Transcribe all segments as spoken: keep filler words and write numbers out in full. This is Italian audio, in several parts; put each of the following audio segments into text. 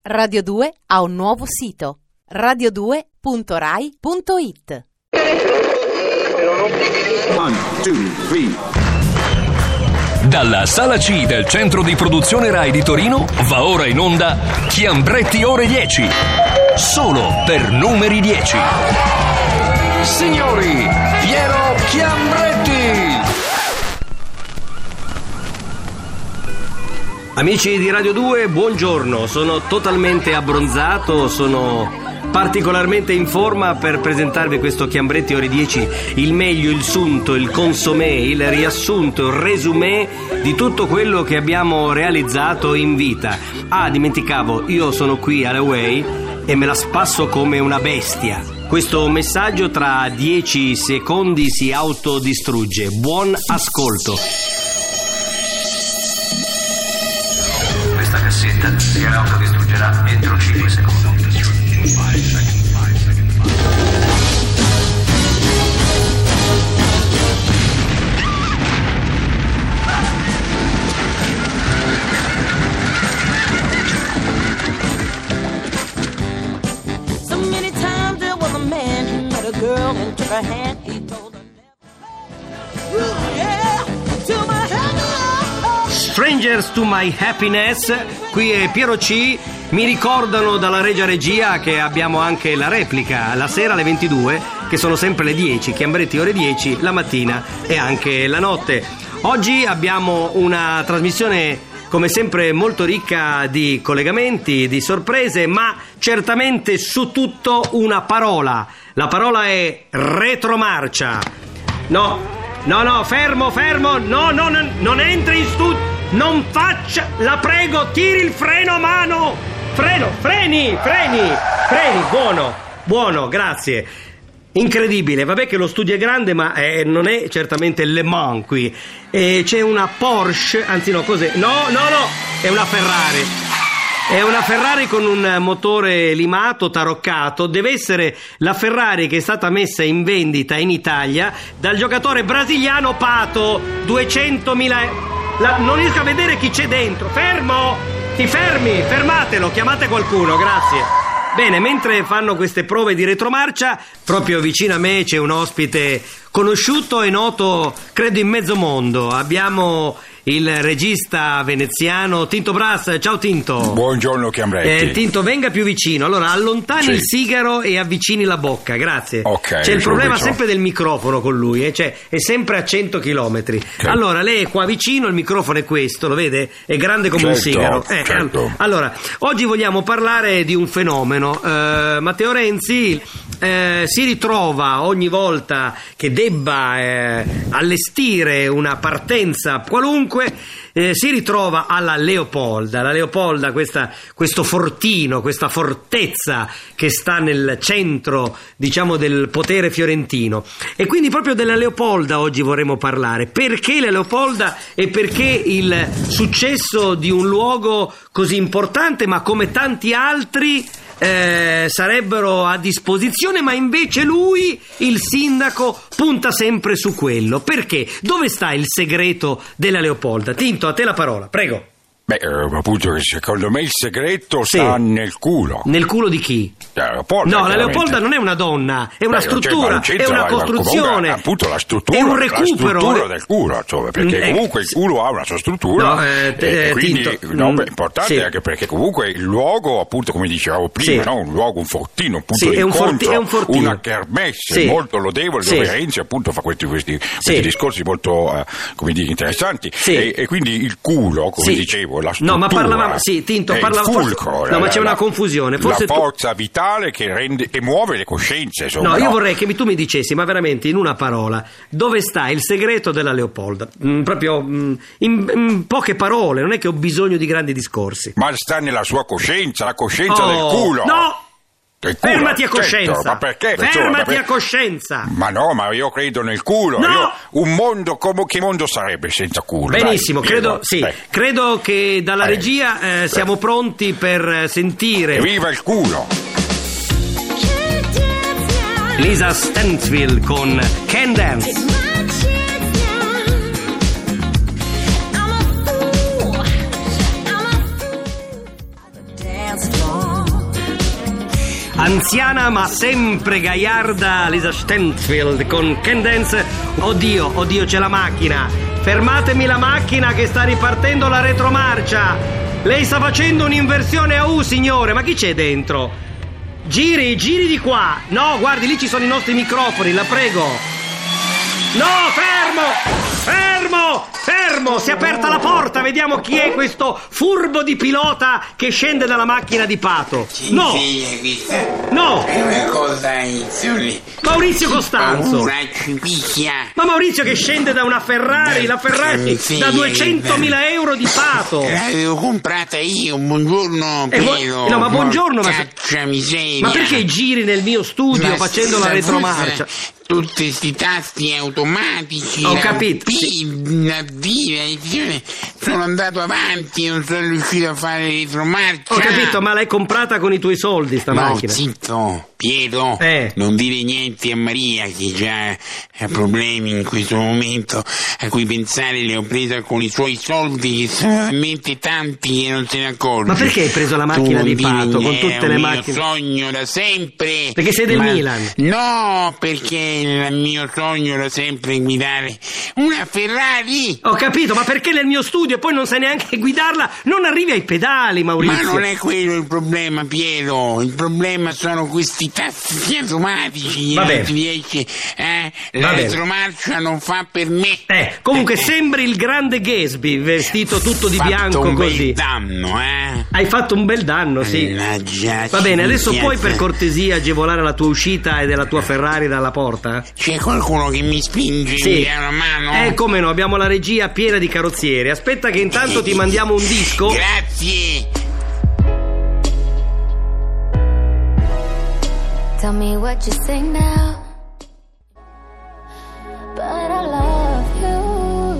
Radio due ha un nuovo sito: radio due punto rai punto it. One, two, three. Dalla Sala C del Centro di Produzione Rai di Torino va ora in onda Chiambretti ore dieci, solo per numeri dieci. Signori, Piero Chiambretti! Amici di Radio due, buongiorno. Sono totalmente abbronzato, sono particolarmente in forma per presentarvi questo Chiambretti ore dieci, il meglio, il sunto, il consomé, il riassunto, il resumé di tutto quello che abbiamo realizzato in vita. Ah, dimenticavo, io sono qui alla Way e me la spasso come una bestia. Questo messaggio tra dieci secondi si autodistrugge. Buon ascolto. Questa cassetta si autodistruggerà entro cinque secondi. So many times there was a man who met a girl and took her hand. He told her never. Ooh, yeah, to my head. Strangers to my happiness. Qui è Piero C. Mi ricordano dalla Regia Regia che abbiamo anche la replica la sera alle ventidue, che sono sempre le dieci, Chiambretti ore dieci, la mattina e anche la notte. Oggi abbiamo una trasmissione come sempre molto ricca di collegamenti, di sorprese, ma certamente su tutto una parola. La parola è retromarcia. No, no, no, fermo, fermo, no, no, no, non entri in studio, non faccia, la prego, tiri il freno a mano. Freno, freni, freni, freni, buono, buono, grazie. Incredibile, vabbè che lo studio è grande, ma eh, non è certamente Le Mans qui. Eh, c'è una Porsche, anzi no, cos'è? No, no, no, è una Ferrari. È una Ferrari con un motore limato, taroccato. Deve essere la Ferrari che è stata messa in vendita in Italia dal giocatore brasiliano Pato. duecentomila. La, non riesco a vedere chi c'è dentro. Fermo! Ti fermi, fermatelo, chiamate qualcuno, grazie. Bene, mentre fanno queste prove di retromarcia, proprio vicino a me c'è un ospite conosciuto e noto, credo, in mezzo mondo. Abbiamo il regista veneziano Tinto Brass. Ciao Tinto. Buongiorno Chiambretti. Eh, Tinto, venga più vicino. Allora, allontani sì. il sigaro e avvicini la bocca, grazie. Ok. C'è il problema sempre del microfono con lui, eh? Cioè è sempre a cento chilometri. Okay. Allora, lei è qua vicino, il microfono è questo, lo vede? È grande come certo, un sigaro. Eh, certo. Allora, oggi vogliamo parlare di un fenomeno. Eh, Matteo Renzi eh, si ritrova ogni volta che debba eh, allestire una partenza qualunque. Eh, si ritrova alla Leopolda. La Leopolda, questa, questo fortino, questa fortezza che sta nel centro, diciamo, del potere fiorentino. E quindi proprio della Leopolda oggi vorremmo parlare. Perché la Leopolda e perché il successo di un luogo così importante, ma come tanti altri Eh, sarebbero a disposizione, ma invece lui, il sindaco, punta sempre su quello. Perché? Dove sta il segreto della Leopolda? Tinto, a te la parola, prego. Beh, eh, appunto, secondo me il segreto Sì. sta nel culo. Nel culo di chi? La Leopolda, No, la chiaramente. Leopolda non è una donna, è una Beh, non c'è- struttura, non c'entra è una la- la- costruzione, comunque, appunto la struttura, è un la recupero. struttura del culo, insomma, perché Mm, eh, comunque il culo ha una sua struttura. No, eh, te- e eh, quindi Tinto, no, mm, beh, è importante sì. anche perché comunque il luogo, appunto, come dicevamo prima, Sì. no? un luogo, un fortino, un punto Sì, di è un forti- incontro, è un fortino. una kermesse Sì. molto lodevole, Sì. dove Renzi appunto fa questi, questi, questi Sì. discorsi molto eh, come dire, interessanti. Sì. E, e quindi il culo, come Sì. dicevo, la struttura. No, ma parlavamo, sì, Tinto, è il parlava fulcro, forse- la- no, ma c'è la- una confusione. Forse la tu- forza vitale che rende, che muove le coscienze, insomma. No, io no? vorrei che mi- tu mi dicessi, ma veramente in una parola, dove sta il segreto della Leopolda? Mm, proprio mm, in, in poche parole, non è che ho bisogno di grandi discorsi. Ma sta nella sua coscienza, la coscienza Oh, del culo. No! Del culo, Fermati a coscienza! certo, ma perché? Insomma, Fermati perché- a coscienza! Ma no, ma io credo nel culo. No! Io- un mondo come che mondo sarebbe senza culo? Benissimo, Dai, credo, Piero, sì, dai. credo che dalla Eh, regia eh, siamo pronti per eh, sentire Viva il culo! Lisa Stansfield con Can Dance. Dance floor. anziana ma sempre gaiarda Lisa Stansfield con Can Dance. Oddio, oddio, c'è la macchina. Fermatemi la macchina che sta ripartendo la retromarcia. Lei sta facendo un'inversione a U, signore. Ma chi c'è dentro? Giri, giri di qua. No, guardi, lì ci sono i nostri microfoni, la prego. No, fermo! Fermo! Fermo! Si è aperta la porta, vediamo chi è questo furbo di pilota che scende dalla macchina di Pato. No! No! È una cosa insolita. Maurizio Costanzo! Una cipicchia. Ma Maurizio che scende da una Ferrari, la Ferrari da duecentomila euro di Pato! L'avevo comprata io, buongiorno E vo- Piero. no, ma buongiorno, ma, Caccia miseria. ma perché giri nel mio studio Ma facendo la se retromarcia? fosse Tutti questi tasti automatici. Ho la capito, P, sì. la D, la direzione. Sono andato avanti, non sono riuscito a fare retromarcia. Ho capito, ma l'hai comprata con i tuoi soldi sta No, macchina? zitto, Piero, Eh. non dire niente a Maria che già ha problemi in questo momento, a cui pensare le ho prese con i suoi soldi che sono talmente tanti che non se ne accorge. Ma perché hai preso la macchina Tu non di dire Pato con niente, tutte le è un macchine? mio sogno da sempre. Perché sei del Ma- Milan? No, perché il mio sogno da sempre guidare una Ferrari. Ho capito, ma perché nel mio studio e poi non sai neanche guidarla? Non arrivi ai pedali, Maurizio. Ma non è quello il problema, Piero. Il problema sono questi tasti automatici. Va Non bene. ti riesce, eh? Va La bene. retromarcia non fa per me. Eh, comunque sembri il grande Gatsby, vestito tutto di Fatto bianco un bel così. danno, eh? Hai fatto un bel danno, sì. Mannaggia, Va bene, ci adesso puoi dispiace. per cortesia agevolare la tua uscita e della tua Ferrari dalla porta? C'è qualcuno che mi spinge, Sì. mi dà una mano? Eh, come no, abbiamo la regia piena di carrozzieri. Aspetta che intanto ti mandiamo un disco. Grazie. Tell me what you say now, but I love you.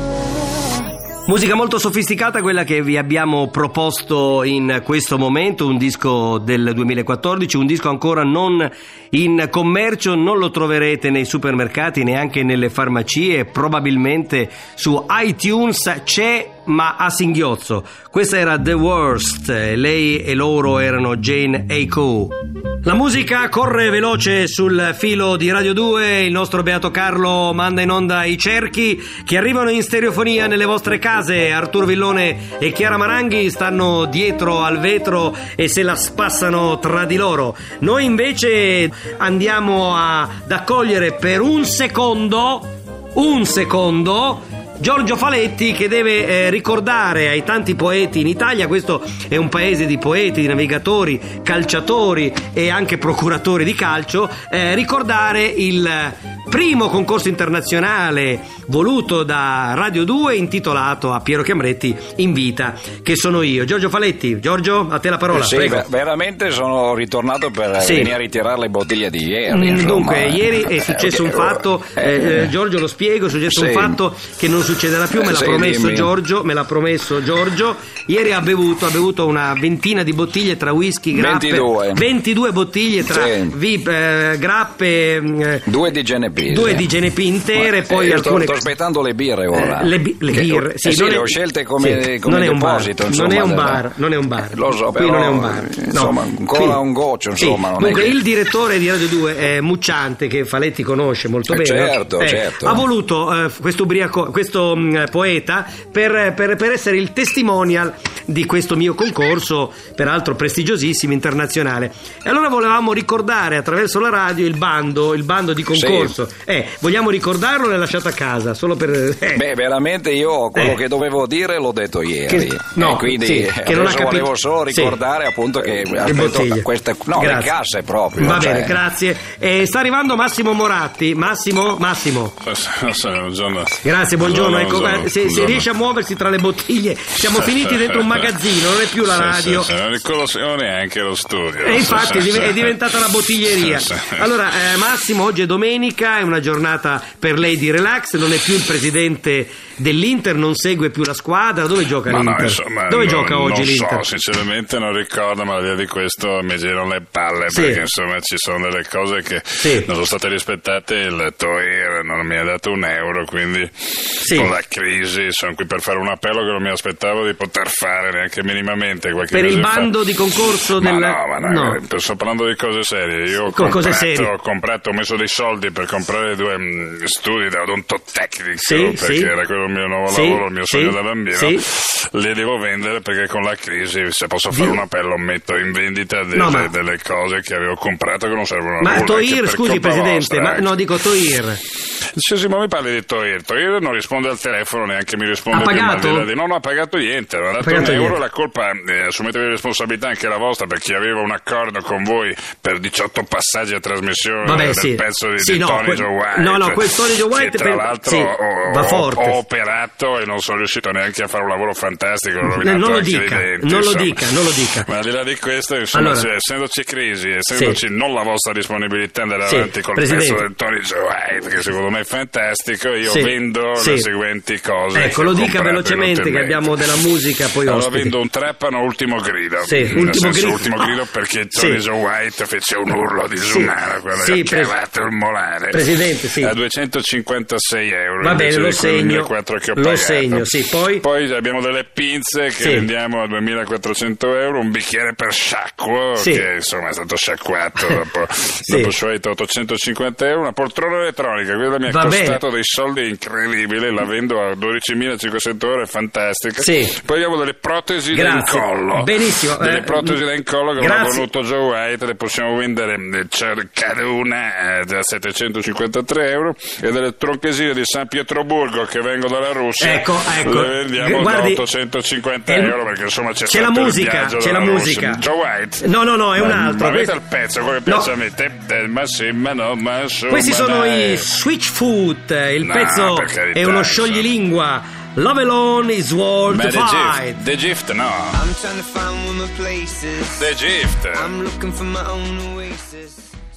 Musica molto sofisticata quella che vi abbiamo proposto in questo momento, un disco del duemilaquattordici, un disco ancora non in commercio, non lo troverete nei supermercati, neanche nelle farmacie, probabilmente su iTunes c'è ma a singhiozzo. Questa era The Worst, lei e loro erano Jane Aiko. La musica corre veloce sul filo di Radio due, il nostro Beato Carlo manda in onda i cerchi che arrivano in stereofonia nelle vostre case. Arturo Villone e Chiara Maranghi stanno dietro al vetro e se la spassano tra di loro. Noi invece andiamo a- ad accogliere per un secondo, un secondo, Giorgio Faletti che deve eh, ricordare ai tanti poeti in Italia, questo è un paese di poeti, di navigatori, calciatori e anche procuratori di calcio, eh, ricordare il primo concorso internazionale voluto da Radio due intitolato a Piero Chiambretti Invita, che sono io. Giorgio Faletti, Giorgio, a te la parola, Sì, prego. ve- veramente sono ritornato per Sì. venire a ritirare le bottiglie di ieri. Mm, insomma. Dunque, ieri è successo un fatto, eh, eh, Giorgio lo spiego, è successo Sì. un fatto che non succederà più, me l'ha Sì, promesso dimmi. Giorgio, me l'ha promesso Giorgio. Ieri ha bevuto, ha bevuto una ventina di bottiglie tra whisky, grappe, ventidue. ventidue bottiglie tra Sì. vi- eh, grappe, eh, Due di G N P. due di G N P intere, Ma- poi eh, alcune... sto, sto aspettando le birre ora. Eh, le bi- le Che- birre, sì, eh sì, non le è- ho scelte come, sì, come non è un bar, deposito. non insomma, è un del- bar, non è un bar. Lo so, Qui però, non è un bar. No. insomma, ancora Qui- un goccio, insomma. Sì. Non Dunque, è che... il direttore di Radio due, eh, Mucciante, che Faletti conosce molto Eh, bene, certo, eh, certo. ha voluto eh, questo ubriaco, questo mh, poeta per, per, per essere il testimonial di questo mio concorso, peraltro prestigiosissimo, internazionale. E allora volevamo ricordare attraverso la radio il bando, il bando di concorso. Eh, vogliamo ricordarlo o l'hai lasciato a casa? Solo per... eh. Beh, veramente io quello Eh. che dovevo dire l'ho detto ieri. Che- no, e quindi sì, che non ha adesso capito- volevo solo sì. ricordare appunto che Le aspetto bottiglie. queste no, le Grazie. casse proprio. Va cioè. bene, grazie. Eh, sta arrivando Massimo Moratti. Massimo, Massimo. Buongiorno. Grazie, buongiorno. Ecco, Buongiorno, eh, se, se buongiorno. riesce a muoversi tra le bottiglie, siamo finiti dentro un magazzino, non è più la Sì, radio. sì, sì, non riconoscevo neanche lo studio. E infatti Sì, è sì, div- è sì. diventata una bottiglieria. Sì, sì. Allora, eh, Massimo, oggi è domenica, è una giornata per lei di relax, non è più il presidente dell'Inter, non segue più la squadra. Dove gioca Ma no, l'Inter? insomma, Dove non- gioca oggi non l'Inter? so, sinceramente non ricordo, ma al di là di questo mi girano le palle Sì. perché insomma ci sono delle cose che Sì. non sono state rispettate. Il Torino non non mi ha dato un euro, quindi sì. con la crisi sono qui per fare un appello che non mi aspettavo di poter fare neanche minimamente qualche per mese il bando fa. di concorso ma del... no, ma no, no. sto parlando di cose serie. Io ho Con comprato, cose serie. ho comprato, ho messo dei soldi per comprare due mh, studi da odontotecnico, sì, perché sì. era quello il mio nuovo sì, lavoro, il mio sogno sì, da bambino. sì. Li devo vendere perché con la crisi, se posso fare Di... un appello, metto in vendita delle, no, ma... delle cose che avevo comprato che non servono a ma nulla. Ma Toir, scusi Presidente, vostra, ma anche. no, dico Toir. Sì, sì, ma mi parli di Toir. Toir non risponde al telefono, neanche mi risponde ha pagato? Di... No, non ha pagato niente, non ha dato un euro, la colpa, eh, assumetevi responsabilità anche la vostra, perché aveva un accordo con voi per diciotto passaggi a trasmissione. Vabbè, del sì. pezzo di, sì, di no, Tony que... Joe White. No, no, quel Tony Joe White che tra per... l'altro sì, ho, va forte. ho operato e non sono riuscito neanche a fare un lavoro fantastico. Ho non lo anche dica, i denti, non lo insomma. dica, non lo dica. Ma al di là di questo, insomma, allora, cioè, essendoci crisi, essendoci sì. non la vostra disponibilità andare sì, avanti col Presidente. pezzo del Tony Joe White, che secondo me è fantastico, io sì. vendo sì. le seguenti cose. Ecco, lo dica velocemente che abbiamo della musica poi allora ospiti. vendo un trapano ultimo grido. Sì, nel ultimo senso, grido. ultimo grido perché Tony sì. Joe White fece un urlo disumano, sì. quello sì, che ha pres- chiavato il molare. Presidente, sì. A duecentocinquantasei euro. Va bene, lo segno. Che ho lo pagato. segno, sì. Poi? Poi abbiamo delle pinze che sì. vendiamo a duemilaquattrocento euro, un bicchiere per sciacquo sì. che insomma è stato sciacquato dopo, sì. dopo Schweitzer, ottocentocinquanta euro, una poltrona elettronica, quella mi ha Va costato bene. dei soldi incredibili, la vendo a dodicimilacinquecento euro, è fantastica. Sì. Poi abbiamo delle protesi Grazie. da incollo. Benissimo. Delle eh, protesi da incollo che grazie. non ha voluto Joe White, le possiamo vendere, cercare una eh, da settecentocinquantatré euro, e delle tronchesine di San Pietroburgo che vengono dalla Russia, ecco, ecco. le vendiamo Guardi, da ottocentocinquanta il... euro, perché insomma c'è, c'è stato la il musica, viaggio c'è la dalla musica. Russia. Joe White? No, no, no, è un ma, altro. Ma avete questo... il pezzo, quello che piace no. a me. Te, te, ma sì, ma no, ma insomma, Questi sono dai. i Switchfoot, il No, pezzo per carità, è uno insomma. scioglilingua. Love alone is worth Ma to The fight. Gift, The Gift no. I'm trying to find one of my places. The Gift. I'm looking for my own oasis.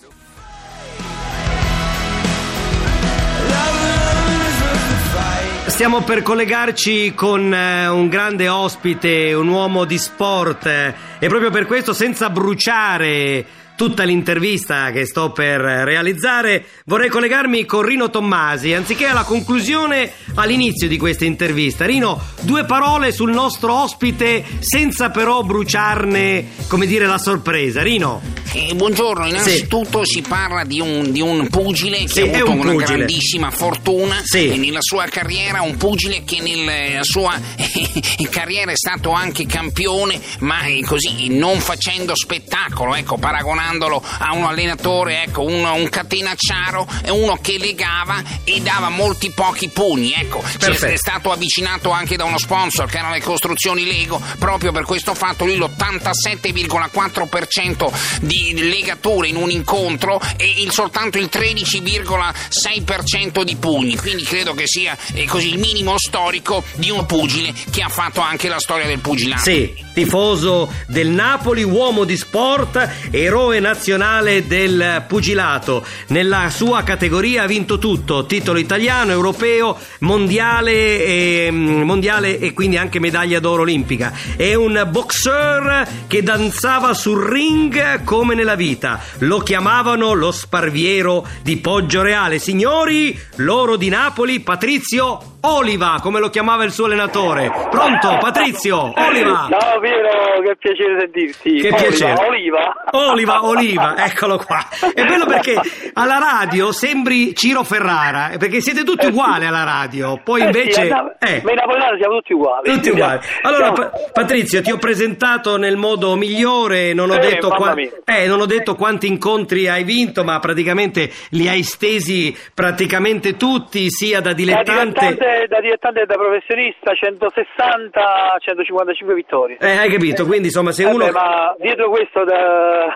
Stiamo per collegarci con eh, un grande ospite, un uomo di sport, eh, e proprio per questo, senza bruciare tutta l'intervista che sto per realizzare, vorrei collegarmi con Rino Tommasi, anziché alla conclusione, all'inizio di questa intervista. Rino, due parole sul nostro ospite senza però bruciarne, come dire, la sorpresa. Rino. Eh, buongiorno, innanzitutto sì. si parla di un, di un pugile che sì, ha avuto un una pugile. grandissima fortuna sì. e nella sua carriera, un pugile che nella sua eh, carriera è stato anche campione, ma eh, così non facendo spettacolo, ecco, paragonandolo a un allenatore, ecco, un, un catenacciaro, uno che legava e dava molti pochi pugni, ecco. Perfetto. È stato avvicinato anche da uno sponsor che erano le costruzioni Lego, proprio per questo fatto lui l'ottantasette virgola quattro per cento di legature in un incontro e il soltanto il tredici virgola sei per cento di pugni, quindi credo che sia eh, così il minimo storico di un pugile che ha fatto anche la storia del pugilato. Sì, tifoso del Napoli, uomo di sport, eroe nazionale del pugilato. Nella sua categoria ha vinto tutto: titolo italiano, europeo, mondiale e, mondiale e quindi anche medaglia d'oro olimpica. È un boxer che danzava sul ring come nella vita. Lo chiamavano lo Sparviero di Poggioreale. Signori, l'oro di Napoli, Patrizio Oliva, come lo chiamava il suo allenatore. Pronto, Patrizio Oliva? Ciao Piero, che piacere sentirti. Che Oliva, piacere. Oliva. Oliva, Oliva, eccolo qua. È bello perché alla radio sembri Ciro Ferrara, perché siete tutti uguali alla radio. Poi invece Eh sì, andava, eh, ma i napoletani siamo tutti uguali. tutti uguali. Allora, Siamo... Pa- Patrizio, ti ho presentato nel modo migliore, non ho, Eh, detto mamma qua- mia. eh, non ho detto quanti incontri hai vinto, ma praticamente li hai stesi praticamente tutti, sia da Da dilettante. dilettante, da dilettante e da professionista, centosessanta centocinquantacinque vittorie. Eh, hai capito? Quindi insomma, se Eh uno beh, ma dietro questo da...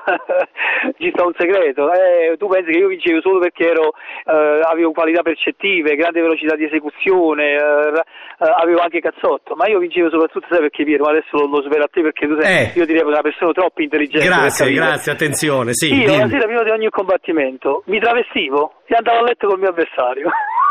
ci sta un segreto. Eh, tu pensi che io vincevo solo perché ero, eh, avevo qualità percettive, grande velocità di esecuzione, eh, eh, avevo anche cazzotto, ma io vincevo soprattutto, sai perché, Piero? Ma adesso lo, lo svelo a te perché tu sei, Eh. io ti reputo una persona troppo intelligente. Grazie, per capire. grazie, attenzione, sì. Io dimmi. la sera prima di ogni combattimento mi travestivo e andavo a letto col mio avversario.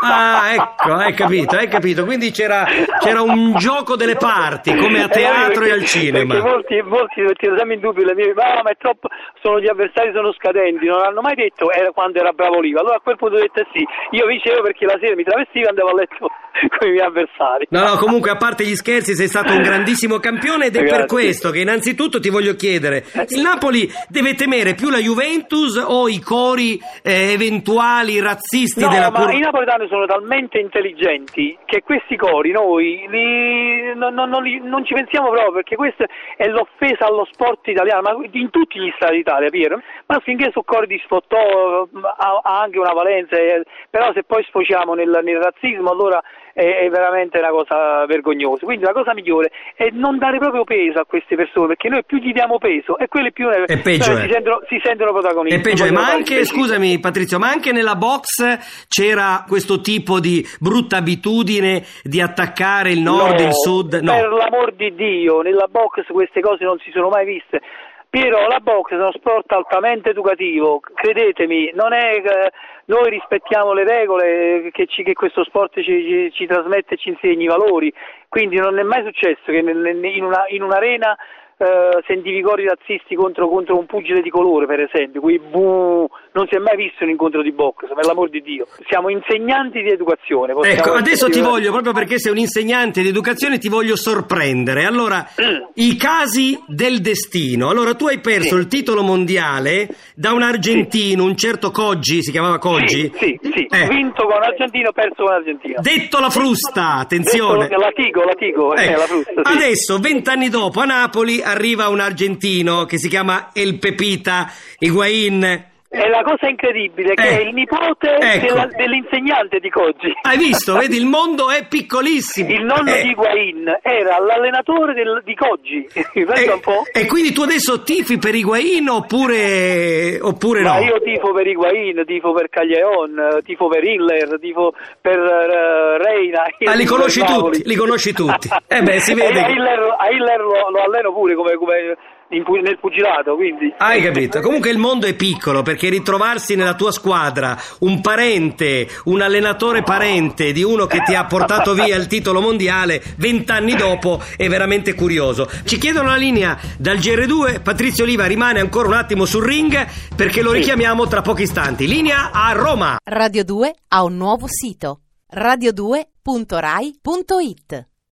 Ah, ecco, hai capito, hai capito. Quindi c'era, c'era un gioco delle parti, come a teatro e al cinema. Perché molti, molti mettono sempre in dubbio le mie, ma, ma è troppo, sono, gli avversari sono scadenti, non hanno mai detto era quando era bravo Oliva. Allora a quel punto ho detto sì, io vincevo perché la sera mi travestivo e andavo a letto con i miei avversari. No, no, comunque a parte gli scherzi sei stato un grandissimo campione ed è Grazie. per questo che innanzitutto ti voglio chiedere, il Napoli deve temere più la Juventus o i cori eh, eventuali razzisti No, della ma cur- i napoletani sono talmente intelligenti che questi cori noi li, non, non, non, li, non ci pensiamo proprio, perché questa è l'offesa allo sport italiano, ma in tutti gli stati d'Italia, Piero. Ma finché su cori di sfottò ha, ha anche una valenza, eh, però se poi sfociamo nel, nel razzismo allora è, è veramente una cosa vergognosa. Quindi la cosa migliore è non dare proprio peso a queste persone, perché noi più gli diamo peso e quelli più ne, È peggio, cioè, eh. si, sentono, si sentono protagonisti. E peggio, Non ma vogliono anche, fare scusami Patrizio, ma anche nella box c'era questo tipo di brutta abitudine di attaccare il nord, No, il sud? No. Per l'amor di Dio, nella box queste cose non si sono mai viste. Piero, la box è uno sport altamente educativo, credetemi, non è eh, noi rispettiamo le regole che, ci, che questo sport ci, ci, ci trasmette e ci insegni i valori, quindi non è mai successo che in, una, in un'arena Uh, sentivi cori razzisti contro, contro un pugile di colore, per esempio, quei buh, non si è mai visto un incontro di box, per l'amor di Dio. Siamo insegnanti di educazione. Ecco, adesso ti dire... voglio, proprio perché sei un insegnante di educazione, ti voglio sorprendere. Allora, mm. i casi del destino. Allora, tu hai perso sì. il titolo mondiale da un argentino, sì. un certo Coggi, si chiamava Coggi? Sì, sì, sì. Eh. vinto con Argentino, perso con Argentina. Detto la frusta, attenzione. Detto la Tigo, la Tigo, eh, eh. la frusta, sì. Adesso, vent'anni dopo, a Napoli arriva un argentino che si chiama El Pepita Higuaín. È la cosa incredibile che eh, è il nipote ecco. della, dell'insegnante di Coggi. Hai visto? Vedi, il mondo è piccolissimo. Il nonno eh. di Higuaín era l'allenatore del, di Coggi. E, un po'? e quindi tu adesso tifi per Higuaín oppure, oppure no? Ma io tifo per Higuaín, tifo per Cagliaon, tifo per Hiller, tifo per uh, Reina. Ah, li conosci tutti, li conosci tutti. Eh beh, si vede. A che... Hiller, a Hiller lo, lo alleno pure come... come In, nel pugilato, quindi. Hai capito? Comunque il mondo è piccolo, perché ritrovarsi nella tua squadra un parente, un allenatore parente di uno che ti ha portato via il titolo mondiale vent'anni dopo è veramente curioso. Ci chiedono la linea dal G R due, Patrizio Oliva rimane ancora un attimo sul ring perché lo richiamiamo tra pochi istanti. Linea a Roma. Radio due ha un nuovo sito, radio due punto rai punto it.